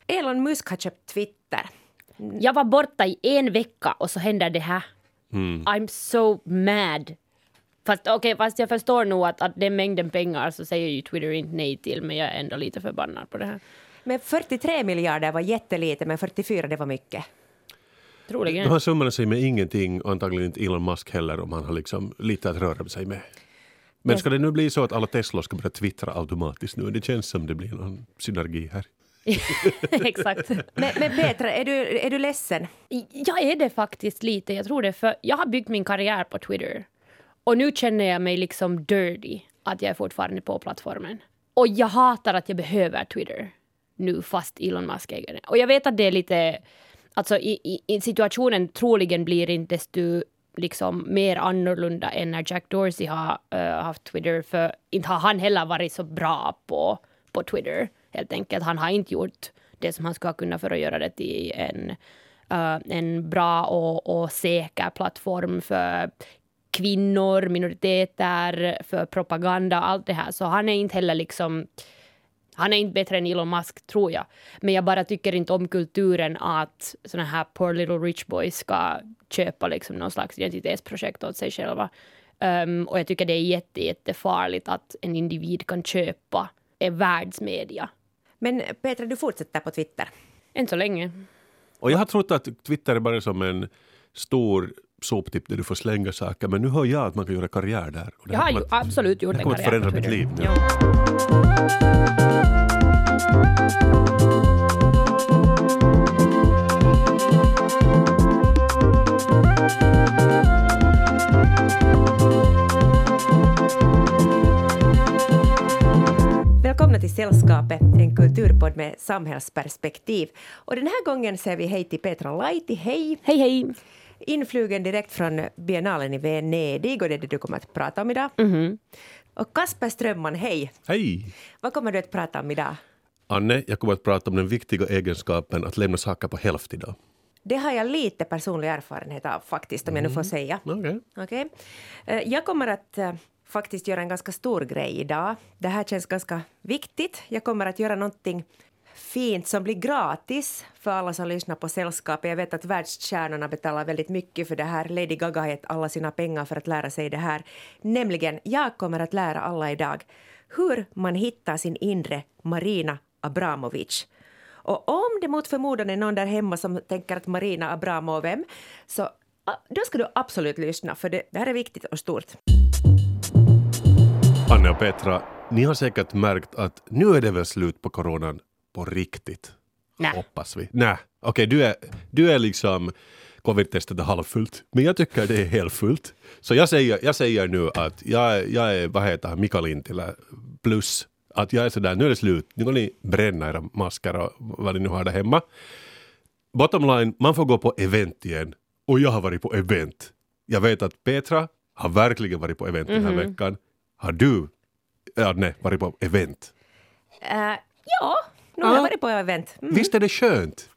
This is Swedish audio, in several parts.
Elon Musk har köpt Twitter. Jag var borta i 1 vecka och så händer det här. I'm so mad. Fast jag förstår nog att den mängden pengar så säger ju Twitter inte nej till, men jag är ändå lite förbannad på det här. Men 43 miljarder var jättelite, men 44 det var mycket. Troligen. De här summorna säger med ingenting och antagligen inte Elon Musk heller om han har liksom lite att röra sig med. Men ska det nu bli så att alla Tesla ska börja twittra automatiskt nu? Det känns som det blir någon synergi här. Exakt. Men Petra, är du ledsen? Jag är det faktiskt lite. Jag tror det, för jag har byggt min karriär på Twitter. Och nu känner jag mig liksom dirty att jag är fortfarande på plattformen. Och jag hatar att jag behöver Twitter nu fast Elon Musk äger det. Och jag vet att det är lite... Alltså i situationen troligen blir inte desto liksom mer annorlunda än när Jack Dorsey har haft Twitter. För inte har han heller varit så bra på Twitter helt enkelt. Han har inte gjort det som han skulle kunna för att göra det till en bra och säker plattform för kvinnor, minoriteter, för propaganda, allt det här. Så han är inte heller liksom... Han är inte bättre än Elon Musk, tror jag. Men jag bara tycker inte om kulturen att såna här poor little rich boys ska köpa liksom någon slags identitetsprojekt åt sig själva. Och jag tycker det är jättefarligt att en individ kan köpa världsmedia. Men Petra, du fortsätter på Twitter. Än så länge. Och jag har trott att Twitter är bara som en stor soptipp där du får slänga saker. Men nu hör jag att man kan göra karriär där. Och jag har ju absolut gjort en karriär. Det kommer att förändra mitt liv nu. Ja. Välkomna till Sällskapet, en kulturpodd med samhällsperspektiv. Och den här gången säger vi hej till Petra Laiti. Hej! Hej, hej! Influgen direkt från biennalen i Venedig, och det är det du kommer att prata om idag. Och Kasper Strömman, hej! Hej! Vad kommer du att prata om idag? Anne, jag kommer att prata om den viktiga egenskapen att lämna saker på hälft idag. Det har jag lite personlig erfarenhet av faktiskt, om jag nu får säga. Okej. Jag kommer att faktiskt göra en ganska stor grej idag. Det här känns ganska viktigt. Jag kommer att göra någonting fint som blir gratis för alla som lyssnar på Sällskapet. Jag vet att världsstjärnorna betalar väldigt mycket för det här. Lady Gaga har gett alla sina pengar för att lära sig det här. Nämligen, jag kommer att lära alla idag hur man hittar sin inre Marina Abramovic. Och om det mot förmodan är någon där hemma som tänker att Marina Abramov vem, så då ska du absolut lyssna, för det här är viktigt och stort. Anne och Petra, ni har säkert märkt att nu är det väl slut på coronan på riktigt. Nej. Hoppas vi. Nej, okej, du är liksom covid-testet är halvfullt, men jag tycker det är helt fullt. Så jag säger nu att jag är, Mikael Intila plus att jag är sådär, nu är det slut. Nu går ni bränna era masker och vad ni nu har där hemma. Bottom line, man får gå på event igen. Och jag har varit på event. Jag vet att Petra har verkligen varit på event den här veckan. Har du varit på event? Ja, nu har jag varit på event. Visst är det skönt?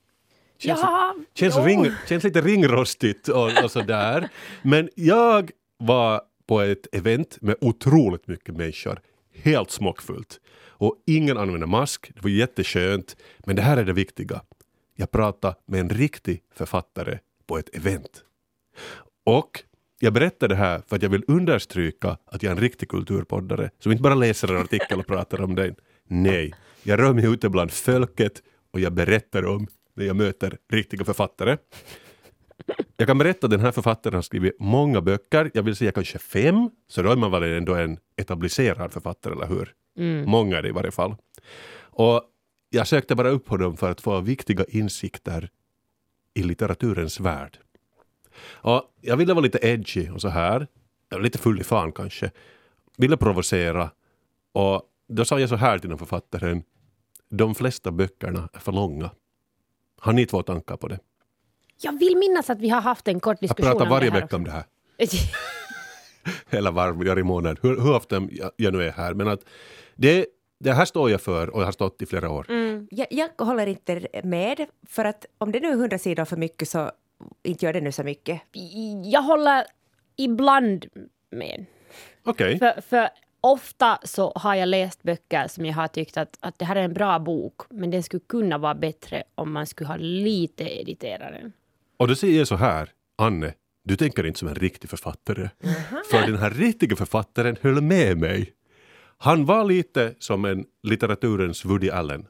Känns lite ringrostigt och sådär. Men jag var på ett event med otroligt mycket människor. Helt smockfullt. Och ingen använder mask. Det var jätteskönt. Men det här är det viktiga. Jag pratade med en riktig författare på ett event. Och jag berättar det här för att jag vill understryka att jag är en riktig kulturpoddare som inte bara läser en artikel och pratar om den. Nej, jag rör mig ute bland folket och jag berättar om när jag möter riktiga författare. Jag kan berätta att den här författaren har skrivit många böcker. Jag vill säga kanske 5. Så då är man väl ändå en etablerad författare, eller hur? Många är det i varje fall. Och jag sökte bara upp honom för att få viktiga insikter i litteraturens värld. Och jag ville vara lite edgy och så här. Jag var lite full i fan kanske. Ville provocera. Och då sa jag så här till den författaren. De flesta böckerna är för långa. Har ni 2 tankar på det? Jag vill minnas att vi har haft en kort diskussion jag pratar varje om det här vecka om det här. Eller varje månad. Hur ofta jag nu är här. Men att det här står jag för och jag har stått i flera år. Jag håller inte med, för att om det nu är 100 sidor för mycket så inte gör det nu så mycket. Jag håller ibland med. Okej. För ofta så har jag läst böcker som jag har tyckt att det här är en bra bok, men den skulle kunna vara bättre om man skulle ha lite editerat den. Och då säger jag så här, Anne, du tänker inte som en riktig författare. För den här riktiga författaren höll med mig. Han var lite som en litteraturens Woody Allen.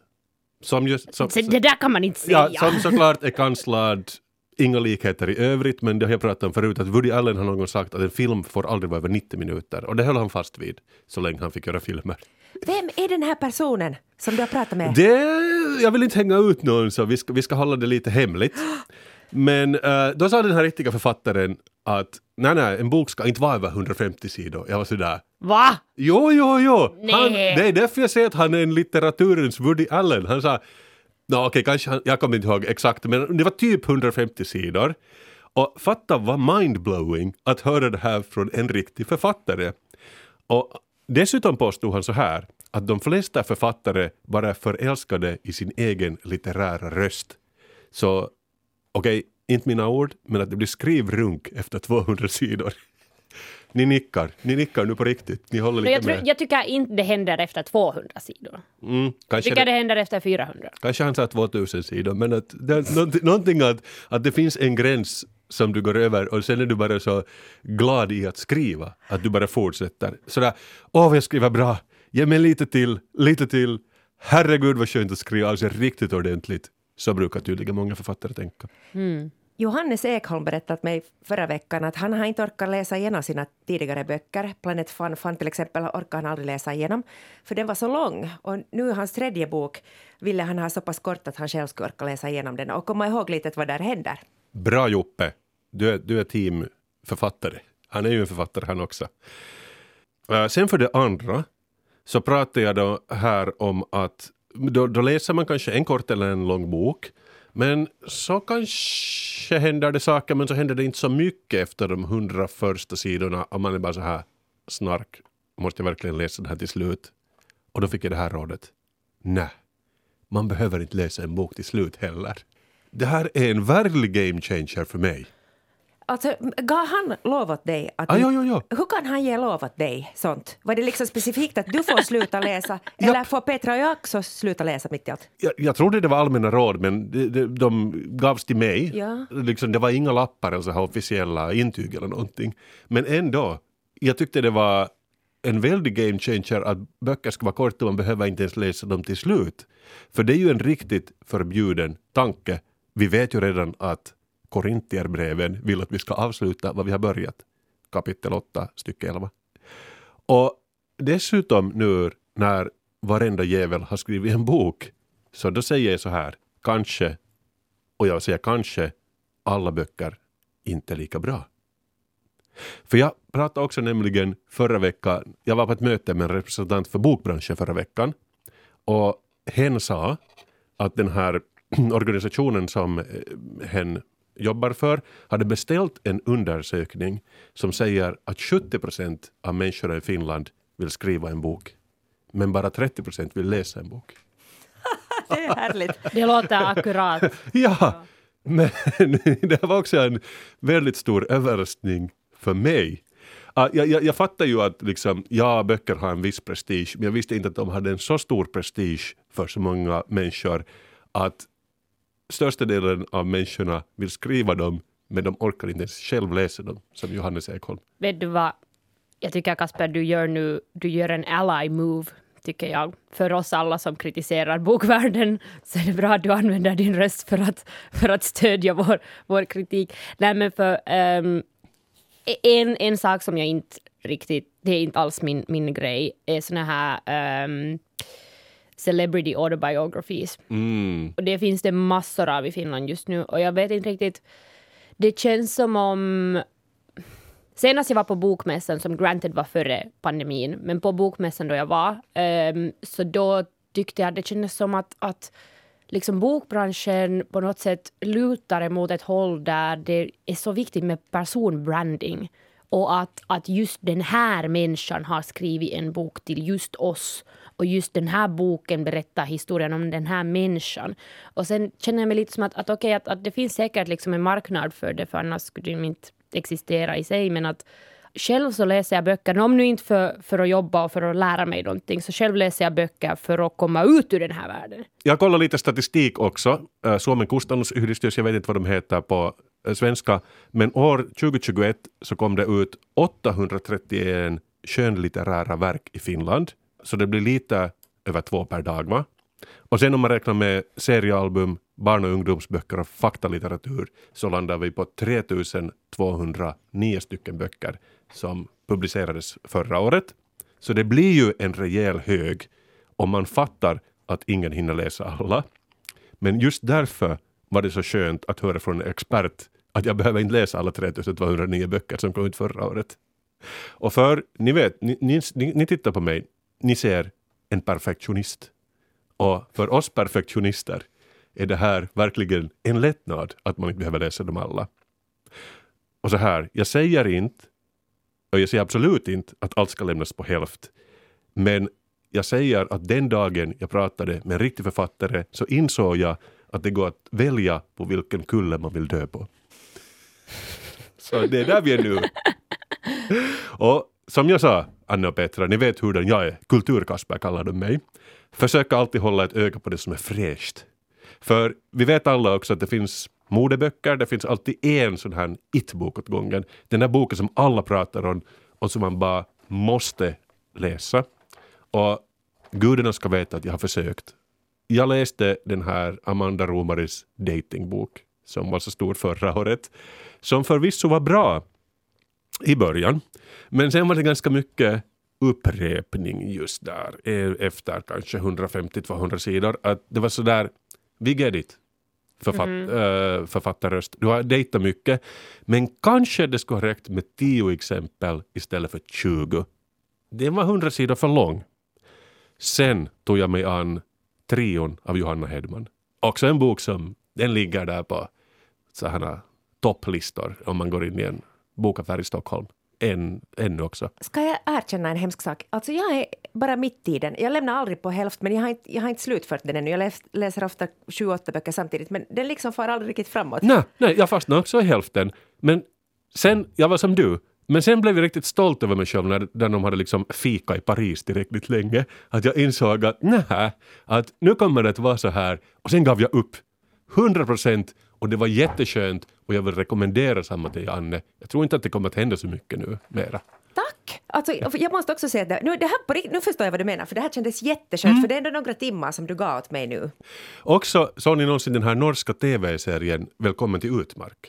Det där kan man inte säga. Ja, som såklart är kanslad, inga likheter i övrigt, men det har jag pratat om förut att Woody Allen har någon sagt att en film får aldrig vara över 90 minuter. Och det höll han fast vid så länge han fick göra filmer. Vem är den här personen som du har pratat med? Jag vill inte hänga ut någon, så vi ska hålla det lite hemligt. Men då sa den här riktiga författaren att nej, en bok ska inte vara över 150 sidor. Jag var sådär. Va? Jo. Nej. Det är därför jag säger att han är en litteraturens Woody Allen. Han sa, kanske jag kommer inte ihåg exakt, men det var typ 150 sidor. Och fatta vad mindblowing att höra det här från en riktig författare. Och dessutom påstod han så här, att de flesta författare bara är förälskade i sin egen litterära röst. Så okej, inte mina ord, men att det blir skrivrunk efter 200 sidor. Ni nickar nu på riktigt. Ni håller lite med. Jag tycker inte det händer efter 200 sidor. Jag tycker det händer efter 400. Kanske han sa 2000 sidor, men att någonting att det finns en gräns som du går över och sen är du bara så glad i att skriva att du bara fortsätter. Sådär, jag skriver bra. Ge mig lite till. Herregud vad skönt att skriva alltså riktigt ordentligt. Så brukar tydligen många författare tänka. Johannes Ekholm berättade mig förra veckan att han har inte orkat läsa igenom sina tidigare böcker. Planet Fun till exempel orkar han aldrig läsa igenom. För den var så lång. Och nu hans tredje bok ville han ha så pass kort att han själv skulle orka läsa igenom den. Och komma ihåg lite vad där händer. Bra Joppe. Du är teamförfattare. Han är ju en författare han också. Sen för det andra så pratar jag då här om att då läser man kanske en kort eller en lång bok. Men så kanske händer det saker, men så händer det inte så mycket efter de 100 första sidorna. Och man är bara så här, snark, måste jag verkligen läsa det här till slut? Och då fick jag det här rådet. Nej, man behöver inte läsa en bok till slut heller. Det här är en verklig game changer för mig. Alltså, gav han lov åt dig? Att ja. Hur kan han ge lov åt dig sånt? Var det liksom specifikt att du får sluta läsa? Eller får Petra och jag också sluta läsa mitt i allt? Jag trodde det var allmänna råd, men de gavs till mig. Ja. Liksom, det var inga lappar eller så här officiella intyg eller någonting. Men ändå, jag tyckte det var en väldig game changer att böcker ska vara korta och man behöver inte ens läsa dem till slut. För det är ju en riktigt förbjuden tanke. Vi vet ju redan att Korintierbreven vill att vi ska avsluta vad vi har börjat. Kapitel 8, stycke 11. Och dessutom nu när varenda jävel har skrivit en bok så då säger jag så här, kanske, och jag säger kanske, alla böcker inte lika bra. För jag pratade också nämligen förra veckan, jag var på ett möte med en representant för bokbranschen förra veckan och hen sa att den här organisationen som hen jobbar för hade beställt en undersökning som säger att 70% av människorna i Finland vill skriva en bok. Men bara 30% vill läsa en bok. Det är härligt. Det låter akkurat. Ja, men det var också en väldigt stor överraskning för mig. Jag fattar ju att liksom, böcker har en viss prestige, men jag visste inte att de hade en så stor prestige för så många människor att största delen av människorna vill skriva dem, men de orkar inte ens själv läsa dem, som Johannes Ekholm. Vet du vad? Jag tycker, Kasper, du gör en ally move, tycker jag. För oss alla som kritiserar bokvärlden så är det bra att du använder din röst för att stödja vår kritik. Nej, men för en sak som jag inte riktigt, det är inte alls min grej, är såna här celebrity autobiographies. Och det finns det massor av i Finland just nu. Och jag vet inte riktigt, det känns som om senast jag var på bokmässan, som granted var före pandemin, men på bokmässan då jag var, så då tyckte jag att det kändes som att liksom bokbranschen på något sätt lutar emot ett håll där det är så viktigt med personbranding. Och att just den här människan har skrivit en bok till just oss. Och just den här boken berättar historien om den här människan. Och sen känner jag mig lite som att det finns säkert liksom en marknad för det, för annars skulle det inte existera i sig. Men själv så läser jag böcker, om nu inte för att jobba och för att lära mig någonting, så själv läser jag böcker för att komma ut ur den här världen. Jag kollar lite statistik också. Suomen kustannusyhdistys, jag vet inte vad de heter på svenska, men år 2021 så kom det ut 831 skönlitterära verk i Finland. Så det blir lite över 2 per dag, va? Och sen om man räknar med seriealbum, barn- och ungdomsböcker och faktalitteratur så landar vi på 3209 stycken böcker som publicerades förra året. Så det blir ju en rejäl hög om man fattar att ingen hinner läsa alla. Men just därför var det så skönt att höra från en expert att jag behöver inte läsa alla 3209 böcker som kom ut förra året. Och för, ni vet, ni tittar på mig, ni ser en perfektionist. Och för oss perfektionister är det här verkligen en lättnad att man inte behöver läsa dem alla. Och så här, jag säger inte, och jag säger absolut inte att allt ska lämnas på hälft. Men jag säger att den dagen jag pratade med en riktig författare så insåg jag att det går att välja på vilken kulle man vill dö på. Så det är där vi är nu. Och som jag sa, Anna och Petra, ni vet hur den jag är. Kulturkasper kallar de mig. Försöker alltid hålla ett öga på det som är fräscht. För vi vet alla också att det finns modeböcker. Det finns alltid en sån här it-bok åt gången. Den här boken som alla pratar om och som man bara måste läsa. Och gudarna ska veta att jag har försökt. Jag läste den här Amanda Romaris datingbok som var så stor förra året. Som förvisso var bra i början. Men sen var det ganska mycket upprepning just där. Efter kanske 150-200 sidor. Att det var så där, vi get it. Författarröst. Du har dejtat mycket. Men kanske det skulle ha räckt med 10 exempel istället för 20. Det var 100 sidor för lång. Sen tog jag mig an Trion av Johanna Hedman. Också en bok som den ligger där på så här topplistor om man går in i en bokaffär i Stockholm. Ännu också. Ska jag erkänna en hemsk sak? Alltså jag är bara mitt i den. Jag lämnar aldrig på hälft, men jag har inte slutfört den ännu. Jag läser ofta 7-8 böcker samtidigt, men den liksom far aldrig riktigt framåt. Nej, jag fastnade också i hälften. Men sen, jag var som du. Men sen blev jag riktigt stolt över mig själv när de hade liksom fika i Paris tillräckligt länge. Att jag insåg att att nu kommer det att vara så här. Och sen gav jag upp 100%. Och det var jätteskönt och jag vill rekommendera samma till Anne. Jag tror inte att det kommer att hända så mycket nu mera. Tack! Alltså, jag måste också säga att nu förstår jag vad du menar, för det här kändes jätteskönt, för det är ändå några timmar som du gav åt mig nu. Också såg ni någonsin den här norska tv-serien Välkommen till Utmark?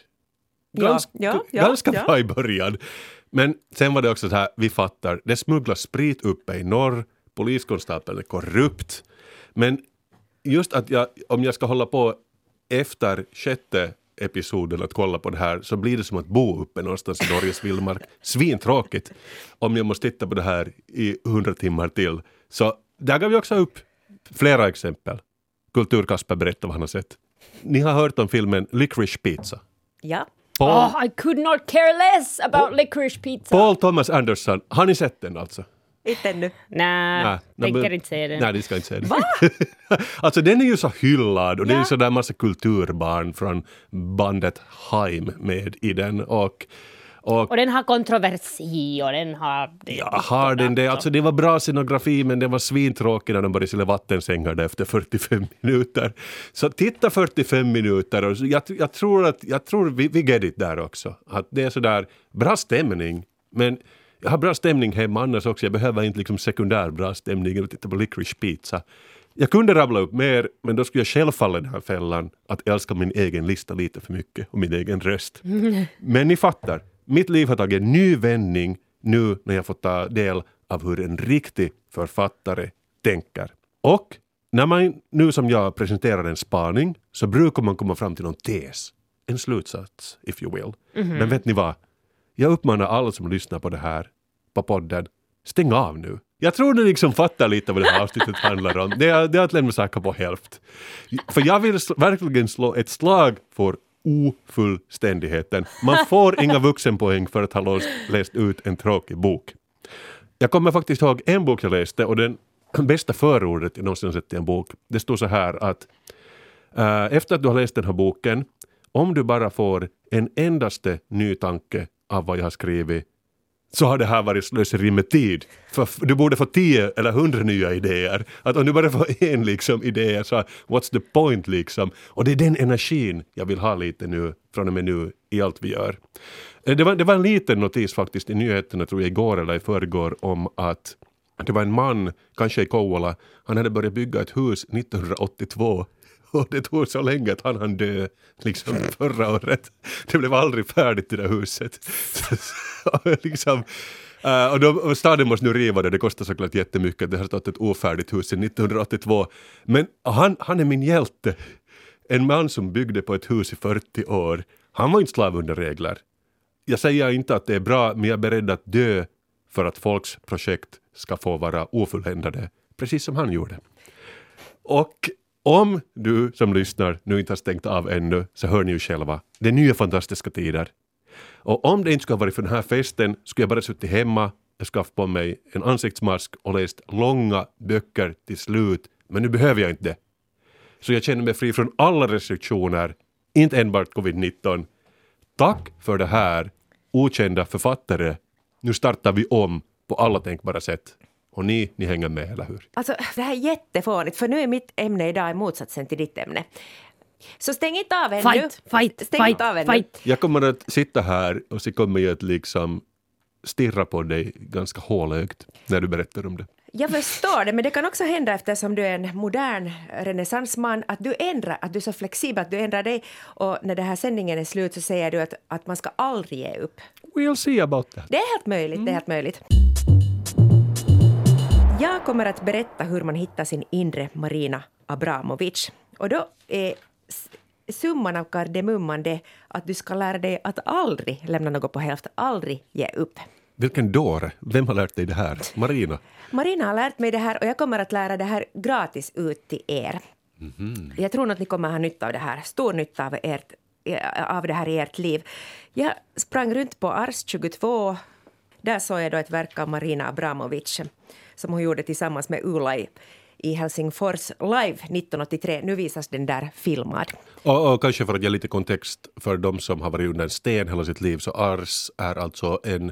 Ganska bra i början. Men sen var det också så här, vi fattar, det smugglas sprit uppe i norr, poliskonstapeln är korrupt. Men just att om jag ska hålla på efter 6:e episoden att kolla på det här så blir det som att bo uppe någonstans i Norges vildmark. Svintråkigt om jag måste titta på det här i 100 timmar till. Så där gav vi också upp flera exempel. Kulturkasper berättar vad han har sett. Ni har hört om filmen Licorice Pizza. Ja. I could not care less about Licorice Pizza. Paul Thomas Anderson, har ni sett den alltså? Inte ännu. Nej, tänker inte säga det. Nej, det ska inte säga det. Va? Alltså den är ju så hyllad och det är ju så där massa kulturbarn från bandet Haim med i den och den har kontroversi och den har... har den det? Alltså det var bra scenografi men det var svintråkigt när de började sila vattensängar efter 45 minuter. Så titta 45 minuter och jag tror vi get it där också. Att det är så där bra stämning men jag har bra stämning hemma annars också. Jag behöver inte liksom sekundär bra stämning och titta på Licorice Pizza. Jag kunde rabbla upp mer, men då skulle jag själv falla i den här fällan att älska min egen lista lite för mycket och min egen röst. Men ni fattar, mitt liv har tagit en ny vändning nu när jag får ta del av hur en riktig författare tänker. Och när man nu som jag presenterar en spaning så brukar man komma fram till någon tes. En slutsats, if you will. Men vet ni vad? Jag uppmanar alla som lyssnar på det här på podden, stäng av nu. Jag tror ni liksom fattar lite vad det här avsnittet handlar om. Det är att lämna saker på hälft. För jag vill verkligen slå ett slag för ofullständigheten. Man får inga vuxenpoäng för att ha läst ut en tråkig bok. Jag kommer faktiskt ihåg en bok jag läste och den bästa förordet jag någonsin sett i en bok. Det stod så här att efter att du har läst den här boken, om du bara får en endaste ny tanke av vad jag har skrivit så har det här varit slöseri med tid. För du borde få 10 eller 100 nya idéer. Att om du bara får en liksom idé, så what's the point liksom? Och det är den energin jag vill ha lite nu, från och med nu, i allt vi gör. Det var en liten notis faktiskt i nyheterna, tror jag, igår eller i förrgår, om att det var en man, kanske i Kouvola, han hade börjat bygga ett hus 1982. Och det tog så länge att han dö liksom förra året. Det blev aldrig färdigt i det huset. Liksom, och staden måste nu riva det. Det kostar såklart jättemycket. Det har stått ett ofärdigt hus sedan 1982. Men han är min hjälte. En man som byggde på ett hus i 40 år. Han var inte slav under regler. Jag säger inte att det är bra, men jag är beredd att dö för att folks projekt ska få vara ofulländade. Precis som han gjorde. Och om du som lyssnar nu inte har stängt av ännu, så hör ni ju själva. Det är nya fantastiska tider. Och om det inte skulle ha varit för den här festen, skulle jag bara suttit hemma, jag skaffat på mig en ansiktsmask och läst långa böcker till slut. Men nu behöver jag inte det. Så jag känner mig fri från alla restriktioner, inte enbart covid-19. Tack för det här, okända författare. Nu startar vi om på alla tänkbara sätt. Och ni hänger med, eller hur? Alltså, det här är jättefånigt, för nu är mitt ämne idag i motsatsen till ditt ämne. Så stäng inte av ännu. Fight. Jag kommer att sitta här och så kommer jag att liksom stirra på dig ganska hålögt när du berättar om det. Jag förstår det, men det kan också hända, eftersom du är en modern renässansman, att du är så flexibel att du ändrar dig. Och när den här sändningen är slut så säger du att man ska aldrig ge upp. We'll see about that. Det är helt möjligt, det är helt möjligt. Jag kommer att berätta hur man hittar sin inre Marina Abramovic. Och då är summan av kardemumman det att du ska lära dig att aldrig lämna något på hälften, aldrig ge upp. Vilken dåre? Vem har lärt dig det här? Marina? Marina har lärt mig det här, och jag kommer att lära det här gratis ut till er. Jag tror att ni kommer att ha nytta av det här, stor nytta av det här i ert liv. Jag sprang runt på Ars 22. Där såg jag då ett verk av Marina Abramovic som hon gjorde tillsammans med Ulla i Helsingfors live 1983. Nu visas den där filmad. Och kanske för att ge lite kontext för de som har varit under en sten hela sitt liv, så Ars är alltså en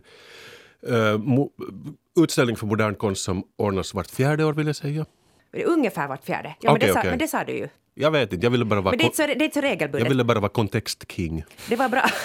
utställning för modern konst som ordnas vart 4:e år, vill jag säga. Ungefär vart 4:e. Ja, okay. Men det sa du ju. Jag vet inte, jag ville bara vara... Men det är inte så regelbundet. Jag ville bara vara kontext-king. Det var bra.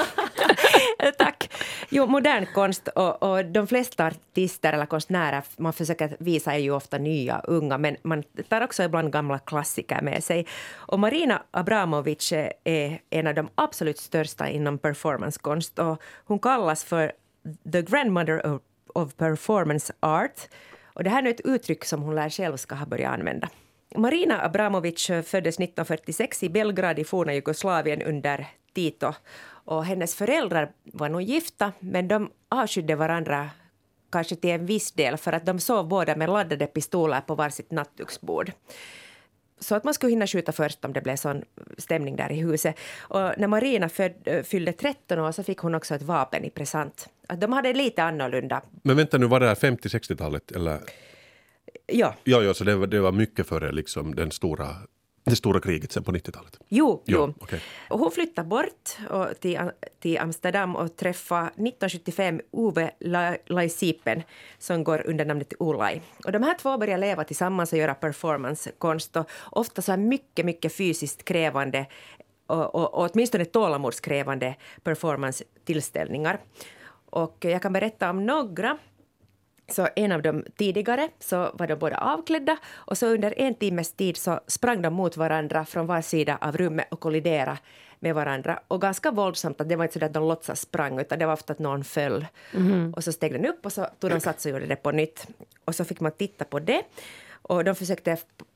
Tack. Jo, modern konst och de flesta artister eller konstnärer man försöker visa är ju ofta nya, unga, men man tar också ibland gamla klassiker med sig. Och Marina Abramovic är en av de absolut största inom performancekonst, och hon kallas för the grandmother of performance art. Och det här är ett uttryck som hon lär själv ska ha börjat använda. Marina Abramovic föddes 1946 i Belgrad i forna Jugoslavien under Tito. Och hennes föräldrar var nog gifta, men de avskydde varandra kanske till en viss del för att de sov båda med laddade pistoler på varsitt nattduksbord. Så att man skulle hinna skjuta först om det blev sån stämning där i huset. Och när Marina fyllde 13 år så fick hon också ett vapen i present. Att de hade lite annorlunda. Men vänta nu, var det här 50-60-talet eller? Ja. Ja, så det var mycket före liksom det stora kriget sen på 90-talet. Jo. Okay. Och hon flyttade bort till Amsterdam och träffade 1975 Uwe Laisipen som går under namnet Ulai. Och de här två började leva tillsammans och göra performancekonst, och ofta så här mycket, mycket fysiskt krävande och åtminstone tålamodskrävande performance-tillställningar. Och jag kan berätta om några. Så en av dem tidigare så var de båda avklädda, och så under en timmes tid så sprang de mot varandra från var sida av rummet och kolliderade med varandra. Och ganska våldsamt, att det var inte så att de låtsas sprang, utan det var ofta att någon föll. Och så steg den upp och så tog de sats och gjorde det på nytt. Och så fick man titta på det. Och de försökte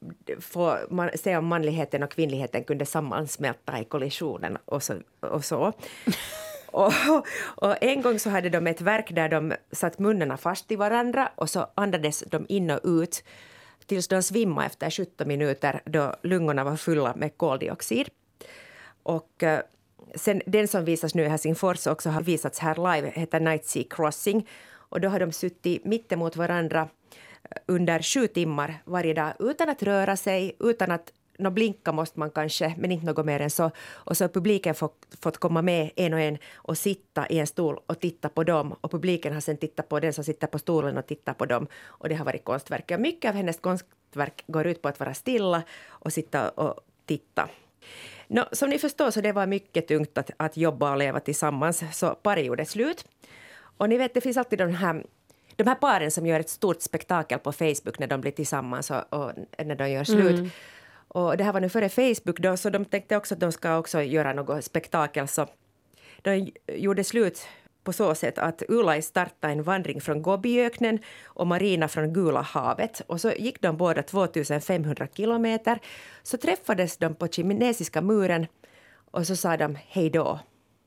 se om manligheten och kvinnligheten kunde sammansmälta i kollisionen och så. Och en gång så hade de ett verk där de satt munnarna fast i varandra, och så andades de in och ut tills de svimmade efter 17 minuter då lungorna var fulla med koldioxid. Och sen den som visas nu i Helsingfors också har visats här live, heter Night Sea Crossing. Och då har de suttit mittemot varandra under 7 timmar varje dag utan att röra sig, utan att blinka måste man kanske, men inte något mer än så. Och så har publiken fått komma med en och sitta i en stol och titta på dem. Och publiken har sen tittat på den som sitter på stolen och tittar på dem. Och det har varit konstverk. Och mycket av hennes konstverk går ut på att vara stilla och sitta och titta. Som ni förstår så det var mycket tungt att jobba och leva tillsammans. Så paret gjorde slut. Och ni vet, det finns alltid de här paren som gör ett stort spektakel på Facebook när de blir tillsammans och när de gör slut. Och det här var nu före Facebook då, så de tänkte också att de ska också göra något spektakel. Så de gjorde slut på så sätt att Ulaj startade en vandring från Gobiöknen och Marina från Gula havet. Och så gick de båda 2500 kilometer. Så träffades de på kinesiska muren och så sa de hej då.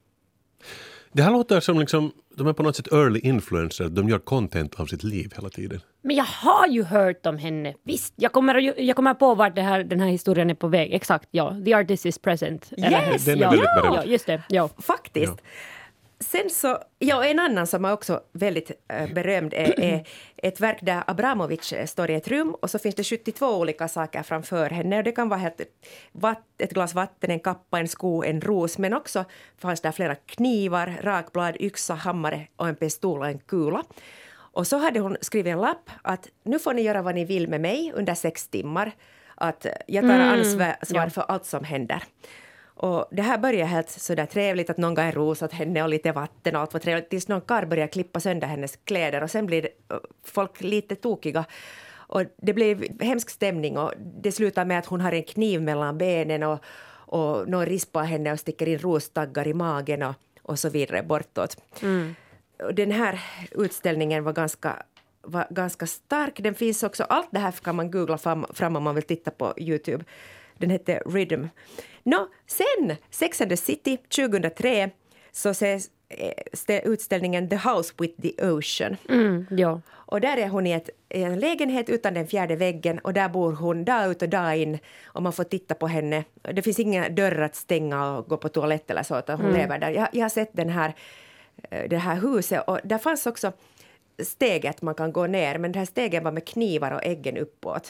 Det här låter som liksom, de är på något sätt early influencers. De gör content av sitt liv hela tiden. Men jag har ju hört om henne. Visst, jag kommer på vart den här historien är på väg. Exakt, ja. The artist is present. Yes! Den är väldigt berömd. Ja, just det. Ja. Faktiskt. Ja. Sen så, en annan som är också väldigt berömd är ett verk där Abramovic står i ett rum och så finns det 72 olika saker framför henne. Och det kan vara ett glas vatten, en kappa, en sko, en ros. Men också fanns där flera knivar, rakblad, yxa, hammare och en pistol och en kula. Och så hade hon skrivit en lapp att nu får ni göra vad ni vill med mig under 6 timmar. Att jag tar ansvar för allt som händer. Och det här började helt sådär trevligt att någon gav en ros åt henne och lite vatten och allt var trevligt tills någon karl började klippa sönder hennes kläder och sen blir folk lite tokiga och det blev hemsk stämning och det slutar med att hon har en kniv mellan benen och någon rispar henne och sticker in rostaggar i magen och så vidare bortåt. Och den här utställningen var ganska stark. Den finns också, allt det här kan man googla fram om man vill titta på YouTube. Den heter Rhythm. Sen, Sex and the City 2003 så ses utställningen The House with the Ocean. Ja. Och där är hon i en lägenhet utan den fjärde väggen och där bor hon dag ut och dag in och man får titta på henne. Det finns inga dörrar att stänga och gå på toalett eller så att hon lever där. Jag har sett det här huset och där fanns också steget man kan gå ner men det här stegen var med knivar och äggen uppåt.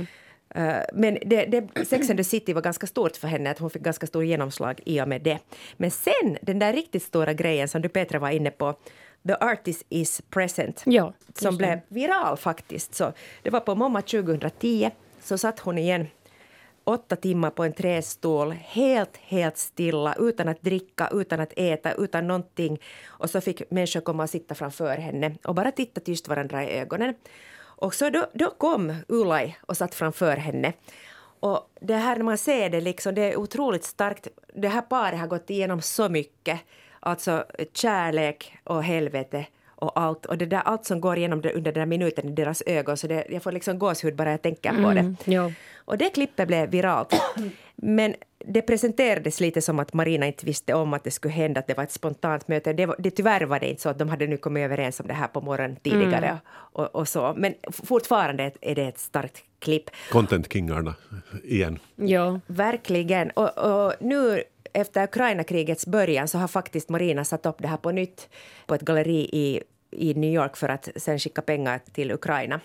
Men Sex and the City var ganska stort för henne, att hon fick ganska stor genomslag i och med det. Men sen, den där riktigt stora grejen som du Petra var inne på, The Artist is Present, som blev viral faktiskt. Så det var på MoMA 2010, så satt hon igen 8 timmar på en trästol, helt stilla, utan att dricka, utan att äta, utan någonting. Och så fick människor komma och sitta framför henne och bara titta tyst varandra i ögonen. Och så då kom Ulaj och satt framför henne. Och det här när man ser det liksom, det är otroligt starkt. Det här paret har gått igenom så mycket. Alltså kärlek och helvete och allt. Och det där, allt som går igenom under den där minuten i deras ögon. Så jag får liksom gåshud bara jag tänker på det. Ja. Och det klippet blev viralt. Men det presenterades lite som att Marina inte visste om att det skulle hända, att det var ett spontant möte. Tyvärr var det inte så att de hade nu kommit överens om det här på morgonen tidigare och så. Men fortfarande är det ett starkt klipp. Content-kingarna igen. Ja. Verkligen. Och nu efter Ukraina-krigets början så har faktiskt Marina satt upp det här på nytt på ett galleri i New York för att sen skicka pengar till Ukraina.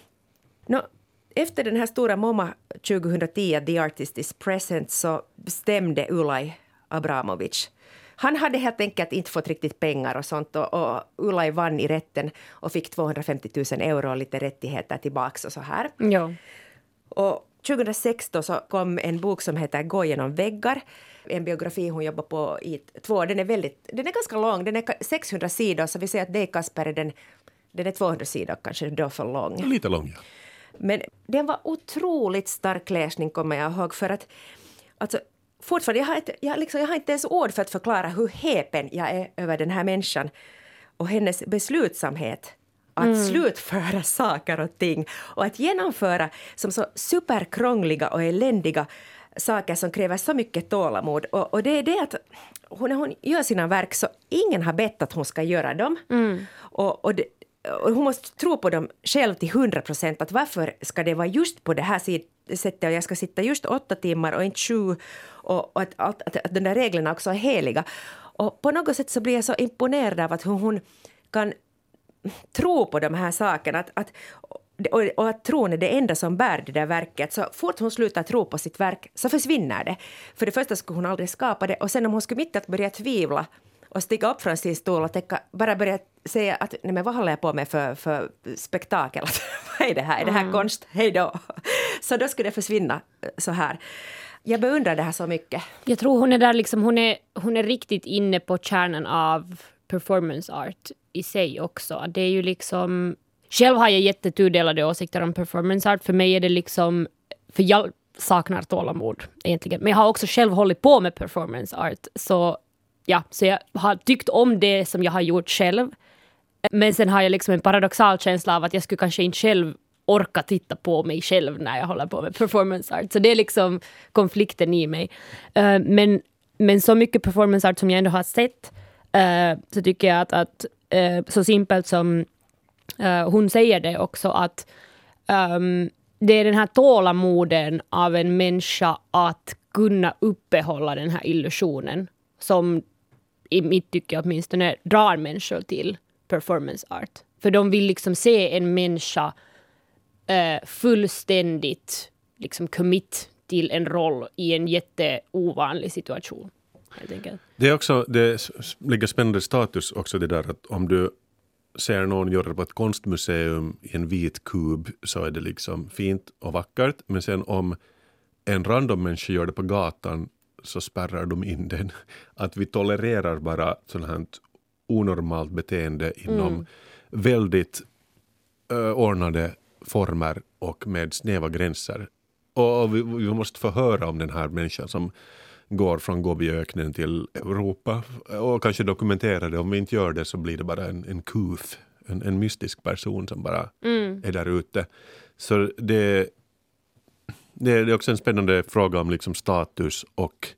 Efter den här stora MoMA 2010, The Artist is Present, så bestämde Ulaj Abramovic. Han hade helt enkelt inte fått riktigt pengar och sånt och Ulaj vann i rätten och fick 250 000 euro och lite rättigheter tillbaks och så här. Ja. Och 2016 så kom en bok som heter Gå genom väggar. En biografi hon jobbar på i 2 år. Den är ganska lång, den är 600 sidor så vi säger att det är Kasper, den är 200 sidor kanske då för lång. Lite lång, ja. Men den var otroligt stark läsning kommer jag ihåg för att alltså, fortfarande jag har inte ens ord för att förklara hur häpen jag är över den här människan och hennes beslutsamhet att slutföra saker och ting och att genomföra som så superkrångliga och eländiga saker som kräver så mycket tålamod och det är det att när hon gör sina verk så ingen har bett att hon ska göra dem och hon måste tro på dem själv till 100%. Att varför ska det vara just på det här sättet och jag ska sitta just 8 timmar och inte 7 och att de där reglerna också är heliga. Och på något sätt så blir jag så imponerad av att hon kan tro på de här sakerna. och att tron är det enda som bär det där verket. Så fort hon slutar tro på sitt verk så försvinner det. För det första skulle hon aldrig skapa det. Och sen om hon skulle mitt att börja tvivla och stiga upp från sin stol och bara börja säga att nej, men vad håller jag på med för spektakel? Vad är det här? Är det här konst? Hej då! Så då skulle det försvinna så här. Jag beundrar det här så mycket. Jag tror hon är där liksom, hon är riktigt inne på kärnan av performance art i sig också. Det är ju liksom, själv har jag jättetudelade åsikter om performance art. För mig är det liksom, för jag saknar tålamod egentligen. Men jag har också själv hållit på med performance art. Så jag har tyckt om det som jag har gjort själv. Men sen har jag liksom en paradoxal känsla av att jag skulle kanske inte själv orka titta på mig själv när jag håller på med performance art. Så det är liksom konflikten i mig. Men så mycket performance art som jag ändå har sett, så tycker jag att så simpelt som hon säger det också, att det är den här tålamoden av en människa att kunna uppehålla den här illusionen som i mitt tycke åtminstone drar människor till performance art. För de vill liksom se en människa fullständigt liksom commit till en roll i en jätteovanlig situation. Det är också, det ligger spännande status också det där att om du ser någon göra det på ett konstmuseum i en vit kub så är det liksom fint och vackert. Men sen om en random människa gör det på gatan så spärrar de in den. Att vi tolererar bara sånt här onormalt beteende inom väldigt ordnade former och med snäva gränser. Och vi måste få höra om den här människan som går från Gobiöknen till Europa och kanske dokumentera det. Om vi inte gör det så blir det bara en kuf, en mystisk person som bara är där ute. Så det är också en spännande fråga om liksom status och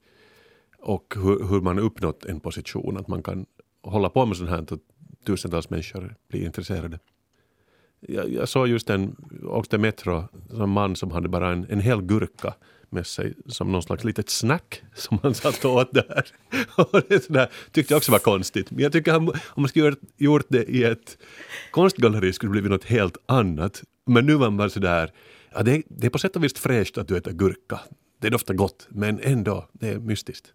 hur man uppnått en position. Att man kan hålla på med sånt här och tusentals människor blir intresserade. Jag såg just åkte metro som man som hade bara en hel gurka med sig som någon slags litet snack som han satt åt där. Och det sådär, tyckte jag också var konstigt. Men jag tycker om man skulle gjort det i ett konstgalleri skulle det blivit något helt annat. Men nu var man bara sådär, ja, det är på sätt och vis fräscht att du äter gurka. Det är ofta gott, men ändå, det är mystiskt.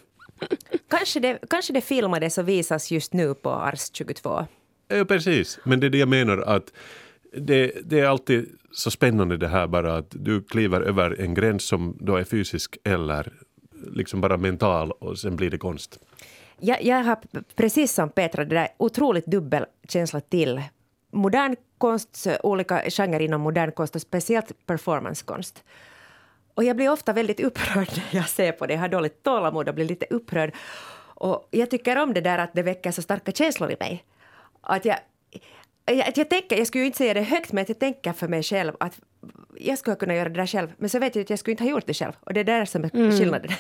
Kanske det filmades och visas just nu på Ars 22. Ja, precis. Men det är det jag menar att det är alltid så spännande det här bara att du kliver över en gräns som då är fysisk eller liksom bara mental och sen blir det konst. Jag har precis som Petra det där otroligt dubbel känsla till modern konst, olika genrer inom modern konst och speciellt performancekonst. Och jag blir ofta väldigt upprörd när jag ser på det. Jag har dåligt tålamod och blir lite upprörd. Och jag tycker om det där att det väcker så starka känslor i mig. Att jag tänker, jag skulle ju inte säga det högt, men att jag tänker för mig själv att jag skulle kunna göra det där själv. Men så vet jag att jag skulle inte ha gjort det själv. Och det är där som är skillnaden.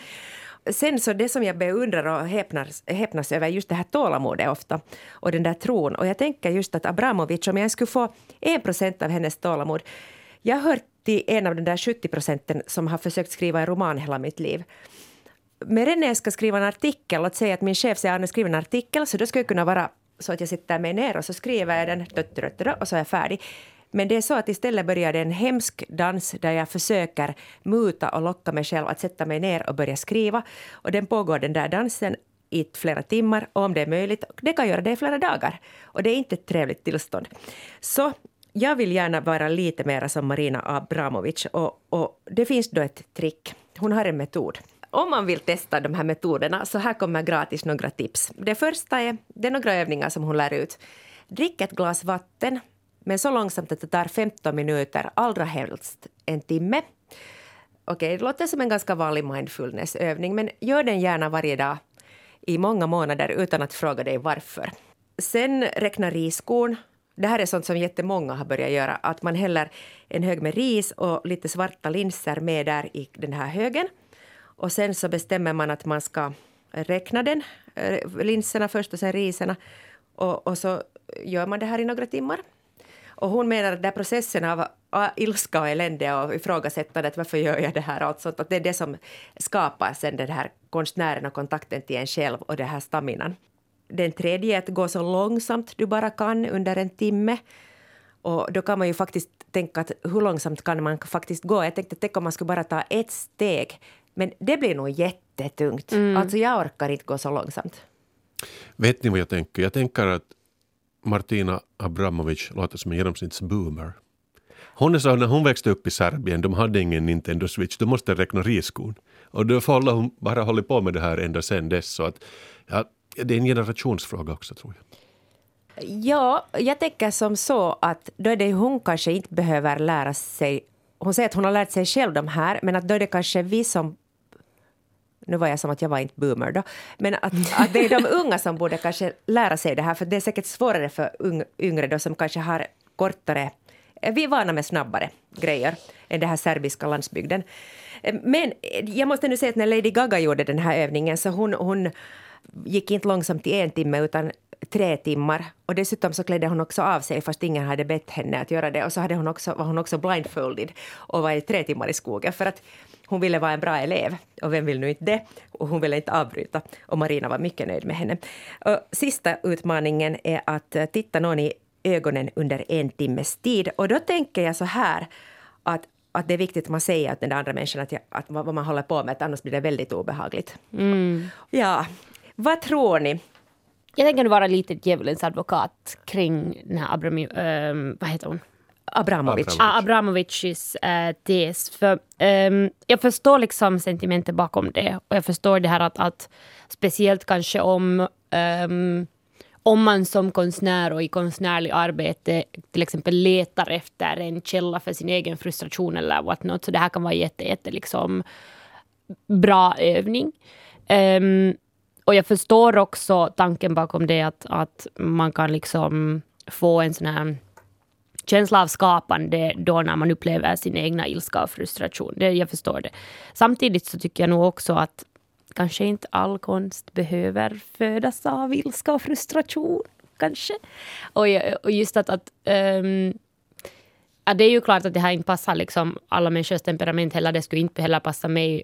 Sen så det som jag beundrar och häpnas över just det här tålamodet ofta. Och den där tron. Och jag tänker just att Abramovic, om jag skulle få 1% av hennes tålamod. Jag har hört till en av de där 70% som har försökt skriva en roman hela mitt liv. Men när jag ska skriva en artikel, låt säga att min chef säger att jag skriver en artikel, så då ska jag kunna vara så att jag sitter mig ner och så skriver jag den och så är jag färdig. Men det är så att istället börjar det en hemsk dans där jag försöker muta och locka mig själv att sätta mig ner och börja skriva. Och den pågår den där dansen i flera timmar, och om det är möjligt, det kan göra det i flera dagar. Och det är inte ett trevligt tillstånd. Så jag vill gärna vara lite mer som Marina Abramovic, och det finns då ett trick. Hon har en metod. Om man vill testa de här metoderna så här kommer gratis några tips. Det första är några övningar som hon lär ut. Drick ett glas vatten, men så långsamt att det tar 15 minuter, allra helst en timme. Okej, det låter som en ganska vanlig mindfulnessövning, men gör den gärna varje dag i många månader utan att fråga dig varför. Sen räkna riskorn. Det här är sånt som jättemånga har börjat göra. Att man häller en hög med ris och lite svarta linser med där i den här högen. Och sen så bestämmer man att man ska räkna linserna först och sen riserna. Och så gör man det här i några timmar. Och hon menar att den processen av ilska och elände och ifrågasättande, att varför gör jag det här och allt sånt, att det är det som skapar sen den här konstnären och kontakten till en själv och det här staminan. Den tredje är att gå så långsamt du bara kan under en timme. Och då kan man ju faktiskt tänka att hur långsamt kan man faktiskt gå. Jag tänkte, tänk om man skulle bara ta ett steg. Men det blir nog jättetungt. Alltså jag orkar inte gå så långsamt. Vet ni vad jag tänker? Jag tänker att Martina Abramovic låter som en genomsnittsboomer. Hon är så när hon växte upp i Serbien, de hade ingen Nintendo Switch, då måste räkna riskon. Och då får hon bara hålla på med det här ända sedan dess. Så att, ja, det är en generationsfråga också, tror jag. Ja, jag tänker som så att då är det hon kanske inte behöver lära sig. Hon säger att hon har lärt sig själv de här, men att då är det kanske vi som... Nu var jag som att jag var inte boomer då. Men att det är de unga som borde kanske lära sig det här. För det är säkert svårare för yngre då som kanske har kortare... Vi är vana med snabbare grejer än det här serbiska landsbygden. Men jag måste nu säga att när Lady Gaga gjorde den här övningen så hon gick inte långsamt i 1 timme utan 3 timmar. Och dessutom så klädde hon också av sig fast ingen hade bett henne att göra det. Och så var hon också blindfolded och var i 3 timmar i skogen för att hon ville vara en bra elev. Och vem vill nu inte det? Och hon ville inte avbryta. Och Marina var mycket nöjd med henne. Och sista utmaningen är att titta någon i ögonen under 1 timmes tid. Och då tänker jag så här att det är viktigt att man säger att den andra människan att vad man håller på med, att annars blir det väldigt obehagligt. Ja, vad tror ni? Jag tänker vara lite djävulens advokat kring den här vad heter hon? Abramovics tes. För jag förstår liksom sentimentet bakom det. Och jag förstår det här att speciellt kanske om man som konstnär och i konstnärlig arbete till exempel letar efter en källa för sin egen frustration eller whatnot. Så det här kan vara jätte liksom bra övning. Och jag förstår också tanken bakom det att man kan liksom få en sån här känsla av skapande då när man upplever sin egna ilska och frustration. Jag förstår det. Samtidigt så tycker jag nog också att kanske inte all konst behöver födas av ilska och frustration, kanske. Och just att det är ju klart att det här inte passar liksom alla människors temperament heller. Det skulle inte heller passa mig.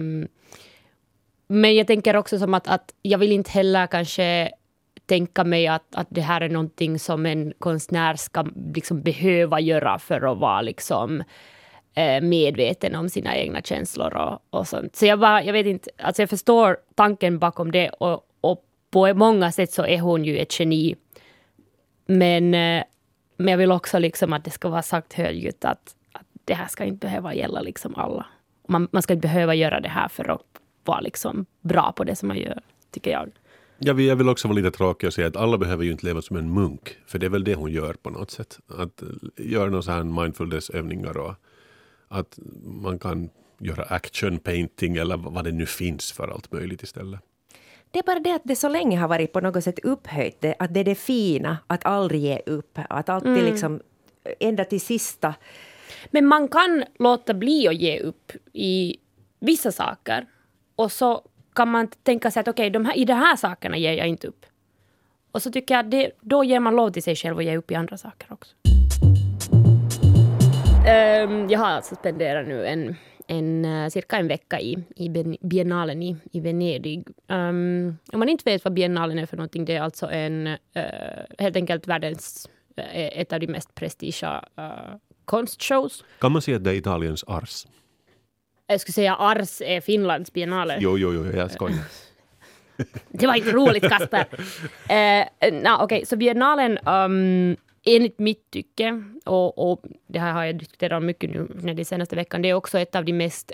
Men jag tänker också som att jag vill inte heller kanske tänka mig att det här är någonting som en konstnär ska liksom behöva göra för att vara liksom medveten om sina egna känslor och sånt. Så jag vet inte, alltså jag förstår tanken bakom det och på många sätt så är hon ju ett geni. Men jag vill också liksom att det ska vara sagt högljutt att det här ska inte behöva gälla liksom alla. Man ska inte behöva göra det här för att vara liksom bra på det som man gör, tycker jag. Jag vill också vara lite tråkig och säga att alla behöver ju inte leva som en munk. För det är väl det hon gör på något sätt. Att göra någon sån här mindfulness-övningar och att man kan göra action painting eller vad det nu finns för allt möjligt istället. Det är bara det att det så länge har varit på något sätt upphöjt. Att det är det fina, att aldrig ge upp. Att alltid liksom ända till sista. Men man kan låta bli att ge upp i vissa saker. Och så kan man tänka sig att okej, i de här sakerna ger jag inte upp. Och så tycker jag att då ger man lov till sig själv att ge upp i andra saker också. Jag har alltså spenderat nu cirka en vecka i biennalen i Venedig. Om man inte vet vad biennalen är för någonting, det är alltså helt enkelt världens ett av de mest prestigiösa konstshows. Kan man säga att det är Italiens Ars? Jag skulle säga Ars är Finlands biennale. Jo, jag skojar. Det var inte roligt, Kasper. Okej, så biennalen enligt mitt tycke, och det här har jag diskuterat mycket nu den senaste veckan, det är också ett av de mest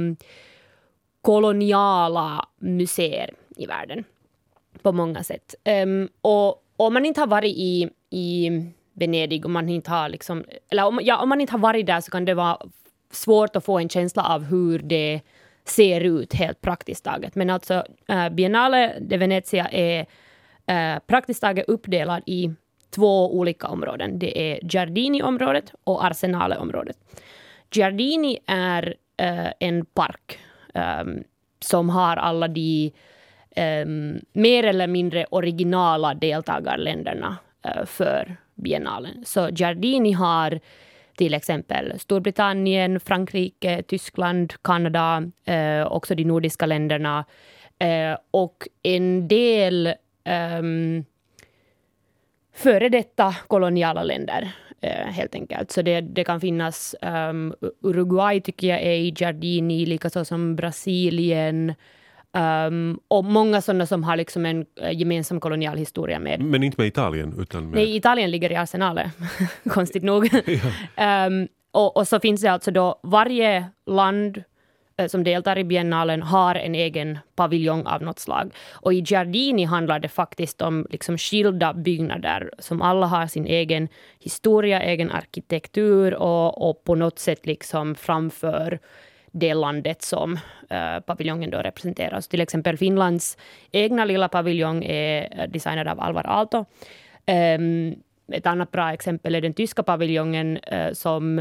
koloniala museer i världen på många sätt. Och om man inte har varit i Venedig, om man inte har liksom, om man inte har varit där så kan det vara svårt att få en känsla av hur det ser ut helt praktiskt taget. Men alltså Biennale de Venezia är praktiskt taget uppdelad i 2 olika områden. Det är Giardini-området och Arsenale-området. Giardini är en park som har alla de mer eller mindre originala deltagarländerna för biennalen. Så Giardini har till exempel Storbritannien, Frankrike, Tyskland, Kanada, också de nordiska länderna och en del före detta koloniala länder. helt enkelt. Så det kan finnas Uruguay tycker jag är i Giardini, likaså som Brasilien. Och många sådana som har liksom en gemensam kolonial historia med. Men inte med Italien utan med... Nej, Italien ligger i Arsenale, konstigt nog. Och så finns det alltså då varje land som deltar i biennalen har en egen paviljong av något slag. Och i Giardini handlar det faktiskt om liksom skilda byggnader som alla har sin egen historia, egen arkitektur och på något sätt liksom framför det landet som paviljongen då representerar. Så till exempel Finlands egna lilla paviljong är designad av Alvar Aalto. Ett annat bra exempel är den tyska paviljongen som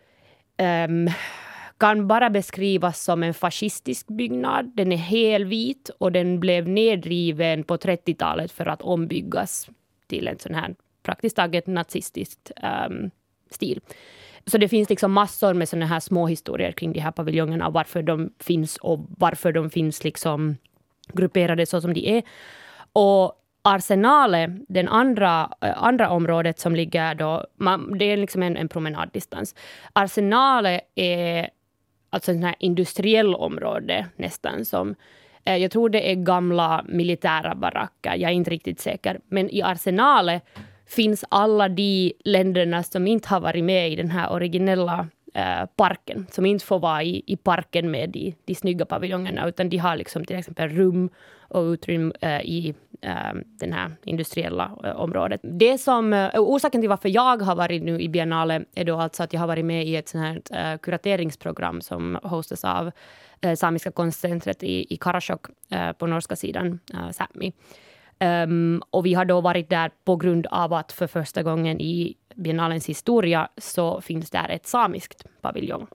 kan bara beskrivas som en fascistisk byggnad. Den är helvit och den blev nedriven på 30-talet för att ombyggas till en sån här praktiskt taget nazistisk stil. Så det finns liksom massor med såna här små historier kring de här paviljongerna, varför de finns och varför de finns liksom grupperade så som de är. Och Arsenale, den andra området som ligger då, det är liksom en promenaddistans. Arsenale är alltså en sån här industriell område nästan som, jag tror det är gamla militära baracker, jag är inte riktigt säker. Men i Arsenale finns alla de länderna som inte har varit med i den här originella parken, som inte får vara i parken med de snygga paviljongerna, utan de har liksom till exempel rum och utrymme i den här industriella området. Det som, orsaken till varför jag har varit nu i Biennale är då alltså att jag har varit med i ett sånt här kurateringsprogram som hostas av Samiska konstcentret i Karasjok på norska sidan, Sápmi. Och vi har då varit där på grund av att för första gången i biennalens historia så finns där ett samiskt paviljong.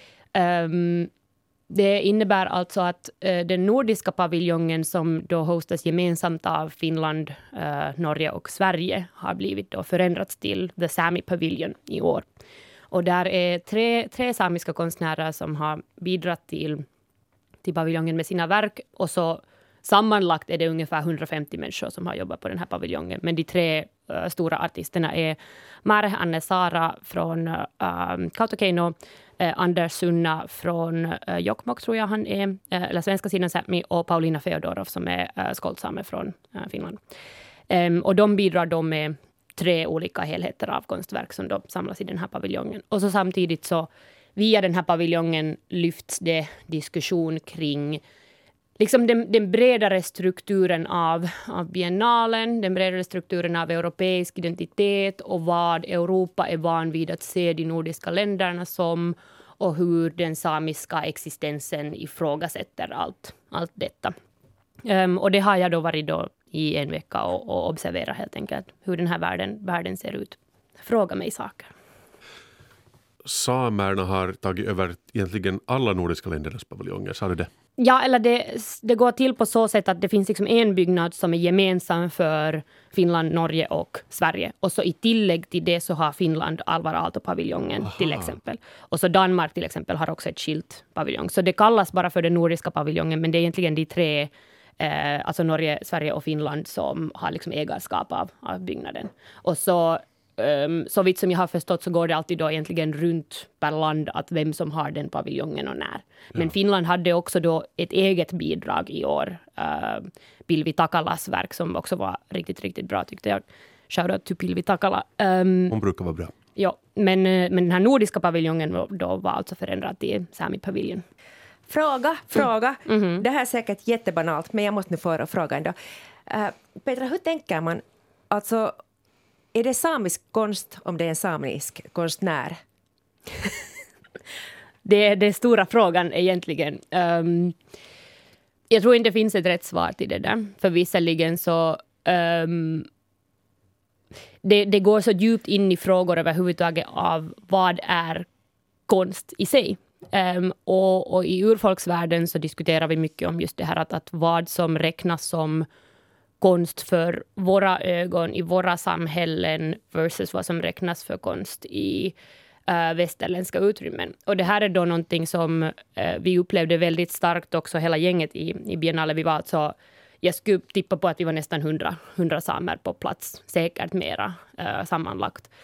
Det innebär alltså att den nordiska paviljongen som då hostas gemensamt av Finland, Norge och Sverige har blivit då förändrats till The Sami Pavilion i år. Och där är tre samiska konstnärer som har bidragit till paviljongen med sina verk, och så sammanlagt är det ungefär 150 människor som har jobbat på den här paviljongen. Men de tre stora artisterna är Mare Anne-Sara från Kautokeino, Anders Sunna från Jokkmokk tror jag han är, eller svenska sidan Sápmi, och Paulina Feodorov som är skoltsame från Finland. Och de bidrar då med 3 olika helheter av konstverk som då samlas i den här paviljongen. Och så samtidigt så via den här paviljongen lyfts det diskussion kring liksom den bredare strukturen av biennalen, den bredare strukturen av europeisk identitet och vad Europa är van vid att se de nordiska länderna som, och hur den samiska existensen ifrågasätter allt detta. Och det har jag då varit då i en vecka och observerat helt enkelt hur den här världen ser ut. Fråga mig saker. Samerna har tagit över egentligen alla nordiska ländernas paviljonger, sa du det? Ja, eller det går till på så sätt att det finns liksom en byggnad som är gemensam för Finland, Norge och Sverige. Och så i tillägg till det så har Finland Alvar Aalto-paviljongen till exempel. Och så Danmark till exempel har också ett skilt paviljong. Så det kallas bara för den nordiska paviljongen, men det är egentligen de 3, alltså Norge, Sverige och Finland, som har liksom ägarskap av byggnaden. Och så vitt som jag har förstått så går det alltid då egentligen runt per land att vem som har den paviljongen och när. Men Finland hade också då ett eget bidrag i år. Pilvi Takalas verk som också var riktigt, riktigt bra tyckte jag. Shoutout till Pilvi Takala. Hon brukar vara bra. Ja, men den här nordiska paviljongen då var alltså förändrad till Sami Pavilion. Fråga. Mm-hmm. Det här är säkert jättebanalt, men jag måste nu få fråga ändå. Petra, hur tänker man? Alltså, är det samisk konst om det är en samisk konstnär? Det är den stora frågan egentligen. Jag tror inte det finns ett rätt svar till det där. För visserligen så det går så djupt in i frågor överhuvudtaget av vad är konst i sig. Och i urfolksvärlden så diskuterar vi mycket om just det här att vad som räknas som konst för våra ögon i våra samhällen versus vad som räknas för konst i västerländska utrymmen. Och det här är då någonting som vi upplevde väldigt starkt också hela gänget i Biennale. Vi var alltså, jag skulle tippa på att vi var nästan 100 samer på plats, säkert mera sammanlagt.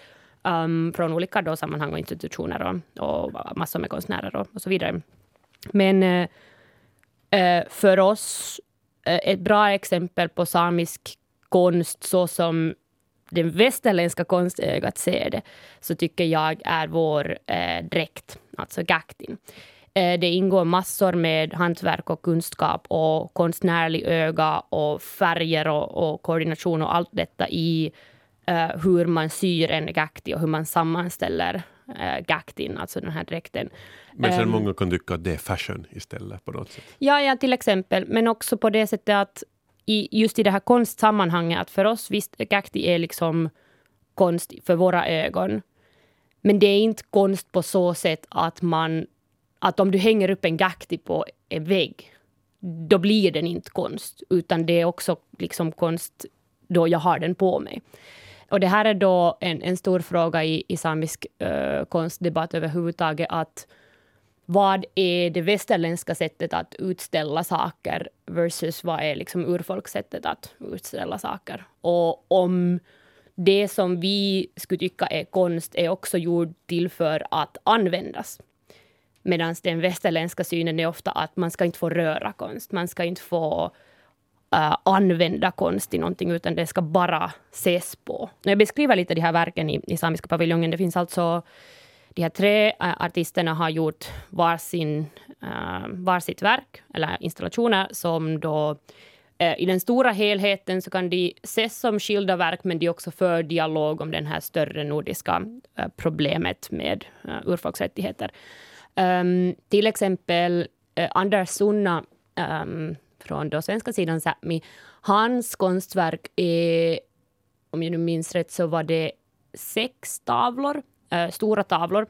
från olika då sammanhang och institutioner och massor med konstnärer och så vidare. Men för oss, ett bra exempel på samisk konst så som den västerländska konstögat ser det, så tycker jag är vår dräkt, alltså gaktin. Det ingår massor med hantverk och kunskap och konstnärlig öga och färger och koordination och allt detta i hur man syr en gakti och hur man sammanställer gaktin, alltså den här dräkten. Men sen många kan tycka att det är fashion istället på något sätt. Ja, till exempel. Men också på det sättet att just i det här konstsammanhanget, att för oss visst, gakti är liksom konst för våra ögon. Men det är inte konst på så sätt att om du hänger upp en gakti på en vägg, då blir den inte konst. Utan det är också liksom konst då jag har den på mig. Och det här är då en stor fråga i samisk konstdebatt överhuvudtaget, att vad är det västerländska sättet att utställa saker versus vad är liksom urfolkssättet att utställa saker. Och om det som vi skulle tycka är konst är också gjord till för att användas. Medan den västerländska synen är ofta att man ska inte få röra konst. Man ska inte få använda konst i någonting, utan det ska bara ses på. När jag beskriver lite de här verken i Samiska paviljongen, det finns alltså de här 3 artisterna har gjort varsitt verk eller installationer som då i den stora helheten så kan de ses som skilda verk, men de också för dialog om den här större nordiska problemet med urfolksrättigheter. Till exempel Anders Sunna från då svenska sidan Sápmi, hans konstverk är, om jag nu minns rätt, så var det 6 tavlor, stora tavlor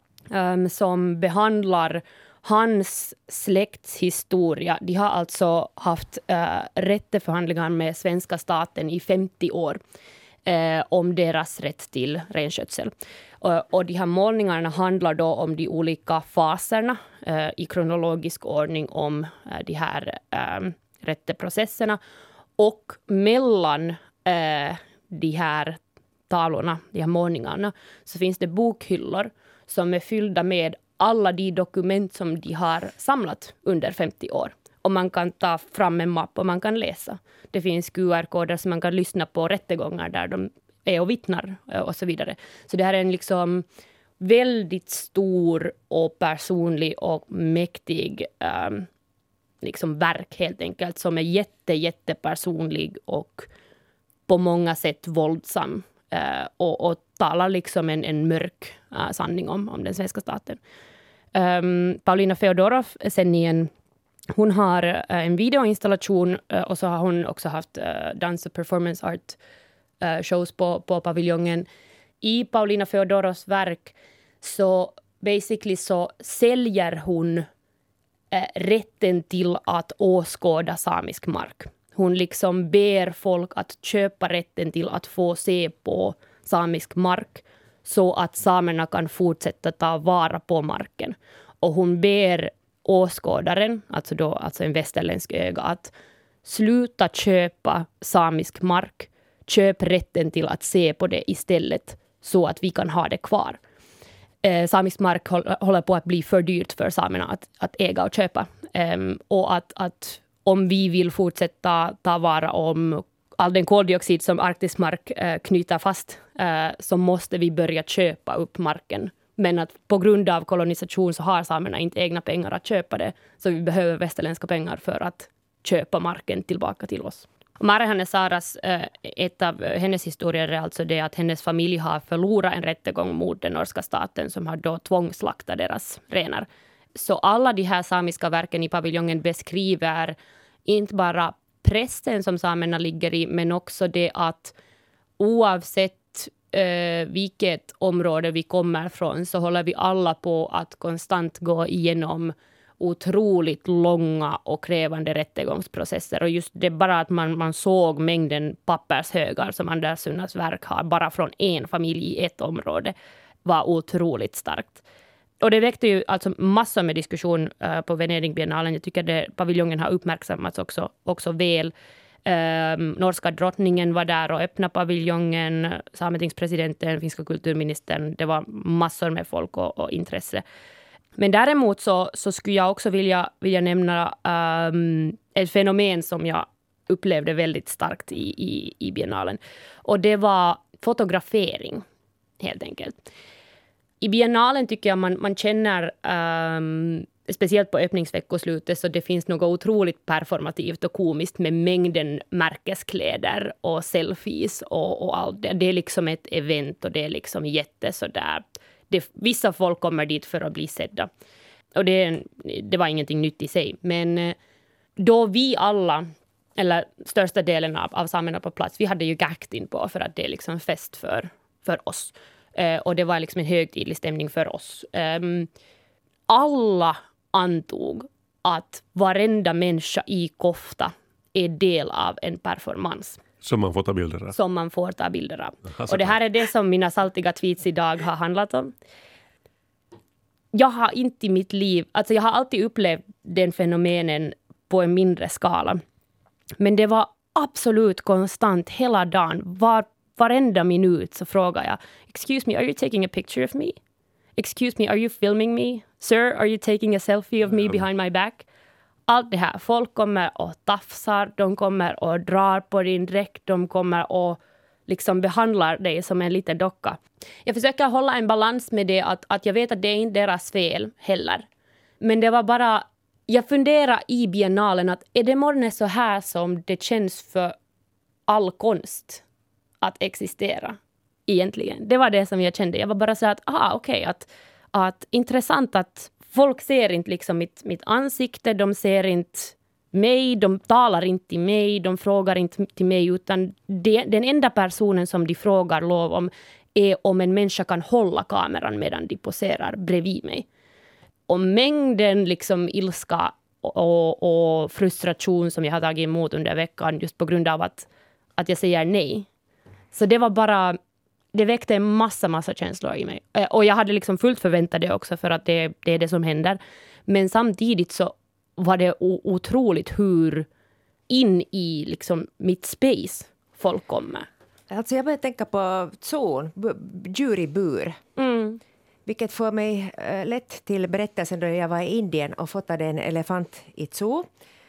som behandlar hans släktshistoria. De har alltså haft rätteförhandlingar med svenska staten i 50 år om deras rätt till renskötsel. Och de här målningarna handlar då om de olika faserna i kronologisk ordning om de här rätteprocesserna. Och mellan de här tavlorna, de här målningarna, så finns det bokhyllor som är fyllda med alla de dokument som de har samlat under 50 år. Och man kan ta fram en mapp och man kan läsa. Det finns QR-koder som man kan lyssna på rättegångar där de är och vittnar och så vidare. Så det här är en liksom väldigt stor och personlig och mäktig liksom verk helt enkelt, som är jättepersonlig och på många sätt våldsam och talar liksom en mörk sanning om den svenska staten. Paulina Feodorov hon har en videoinstallation och så har hon också haft dans- och performance art shows på paviljongen. I Paulina Feodorovs verk så basically så säljer hon rätten till att åskåda samisk mark. Hon liksom ber folk att köpa rätten till att få se på samisk mark så att samerna kan fortsätta ta vara på marken. Och hon ber åskådaren, alltså en västerländsk öga, att sluta köpa samisk mark. Köp rätten till att se på det istället så att vi kan ha det kvar. Samisk mark håller på att bli för dyrt för samerna att äga och köpa. Och att om vi vill fortsätta ta vara om all den koldioxid som arktisk mark knyter fast, så måste vi börja köpa upp marken. Men att på grund av kolonisation så har samerna inte egna pengar att köpa det. Så vi behöver västerländska pengar för att köpa marken tillbaka till oss. Marjahanne Saaras, ett av hennes historier är alltså det att hennes familj har förlorat en rättegång mot den norska staten som har då tvångslaktat deras renar. Så alla de här samiska verken i paviljongen beskriver inte bara prästen som samerna ligger i, men också det att oavsett vilket område vi kommer från så håller vi alla på att konstant gå igenom otroligt långa och krävande rättegångsprocesser. Och just det bara att man såg mängden pappershögar som Anders Sunnas verk har bara från en familj i ett område var otroligt starkt. Och det väckte ju alltså massor med diskussion på Venedig-biennalen. Jag tycker att paviljongen har uppmärksammats också väl. Norska drottningen var där och öppnade paviljongen, sametingspresidenten, finska kulturministern, det var massor med folk och intresse. Men däremot så skulle jag också vilja nämna ett fenomen som jag upplevde väldigt starkt i biennalen. Och det var fotografering, helt enkelt. I biennalen tycker jag man känner, speciellt på öppningsveckoslutet, så det finns något otroligt performativt och komiskt med mängden märkeskläder och selfies och allt det. Det är liksom ett event och det är liksom sådär. Vissa folk kommer dit för att bli sedda. Och det var ingenting nytt i sig. Men då vi alla, eller största delen av samerna på plats, vi hade ju Gaktin på för att det är liksom fest för oss. Och det var liksom en högtidlig stämning för oss. Alla antog att varenda människa i kofta är del av en performance. Som man får ta bilder av. Som man får ta bilder av. Och det här är det som mina saltiga tweets idag har handlat om. Jag har inte i mitt liv, alltså jag har alltid upplevt den fenomenen på en mindre skala. Men det var absolut konstant hela dagen. Varenda minut så frågar jag, excuse me, are you taking a picture of me? Excuse me, are you filming me? Sir, are you taking a selfie of me behind my back? Allt det här. Folk kommer och tafsar, de kommer och drar på din dräkt, de kommer och liksom behandlar dig som en liten docka. Jag försöker hålla en balans med det, att jag vet att det är inte deras fel heller. Men det var bara, jag funderar i biennalen att är det morgon så här som det känns för all konst att existera egentligen? Det var det som jag kände. Jag var bara så att, okej, att intressant att folk ser inte liksom mitt ansikte, de ser inte mig, de talar inte till mig, de frågar inte till mig, utan den enda personen som de frågar lov om är om en människa kan hålla kameran medan de poserar bredvid mig. Och mängden liksom ilska och frustration som jag har tagit emot under veckan just på grund av att jag säger nej. Så det var bara, det väckte en massa känslor i mig. Och jag hade liksom fullt förväntat det också för att det är det som händer. Men samtidigt så var det otroligt hur in i liksom mitt space folk kommer. Alltså jag började tänka på zon, djur i bur. Vilket får mig lätt till berättelsen då jag var i Indien och fotade en elefant i ett zoo.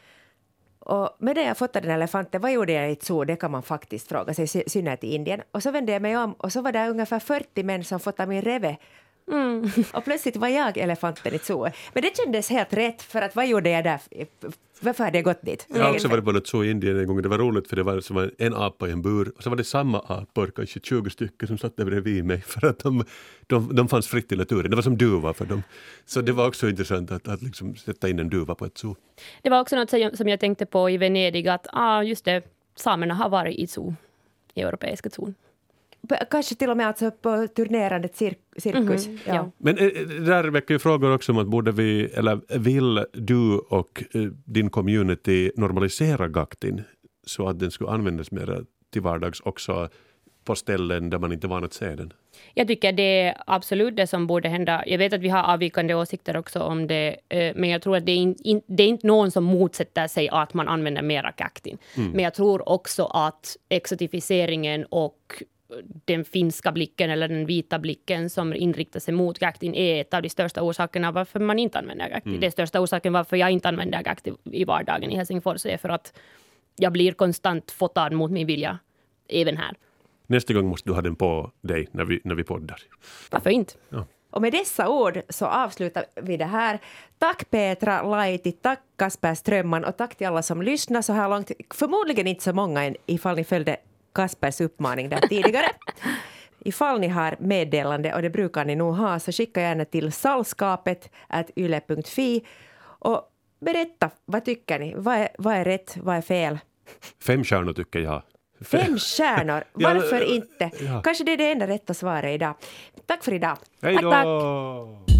Och med det jag fotade den elefanten, vad gjorde jag i ett zoo? Det kan man faktiskt fråga sig, synnerhet i Indien. Och så vände jag mig om och så var det ungefär 40 män som fotade min reve. Och plötsligt var jag elefanten i ett zoo. Men det kändes helt rätt, för att vad gjorde jag där? Varför hade jag gått dit? Jag har också varit på ett zoo i Indien en gång. Det var roligt för det var som en apa i en bur. Och så var det samma apor, kanske 20 stycken som satt där bredvid mig. För att de fanns fritt i naturen. Det var som duva för dem. Så det var också intressant att liksom sätta in en duva på ett zoo. Det var också något som jag tänkte på i Venedig. Att just det, samerna har varit i zoo. I europeiska zoo. Kanske till och med alltså på turnerandet cirkus. Ja. Men där väcker ju frågor också om att vill du och din community normalisera Gaktin så att den skulle användas mer till vardags också på ställen där man inte var att se den? Jag tycker det är absolut det som borde hända. Jag vet att vi har avvikande åsikter också om det, men jag tror att det är inte någon som motsätter sig att man använder mera Gaktin. Men jag tror också att exotifieringen och den finska blicken eller den vita blicken som inriktar sig mot Gaktin är ett av de största orsakerna varför man inte använder Gaktin. Det är största orsaken varför jag inte använder Gaktin i vardagen i Helsingfors är för att jag blir konstant fotad mot min vilja även här. Nästa gång måste du ha den på dig när vi poddar. Varför inte? Ja. Och med dessa ord så avslutar vi det här. Tack Petra Laiti, tack Kasper Strömman och tack till alla som lyssnar så här långt. Förmodligen inte så många ifall ni följde Kaspers uppmaning där tidigare. Ifall ni har meddelande, och det brukar ni nog ha, så skicka gärna till salskapet@yle.fi och berätta, vad tycker ni? Vad är rätt, vad är fel? 5 stjärnor tycker jag. 5 stjärnor, varför inte? Ja. Kanske det är det enda rätta svaret idag. Tack för idag. Hej då! Tack.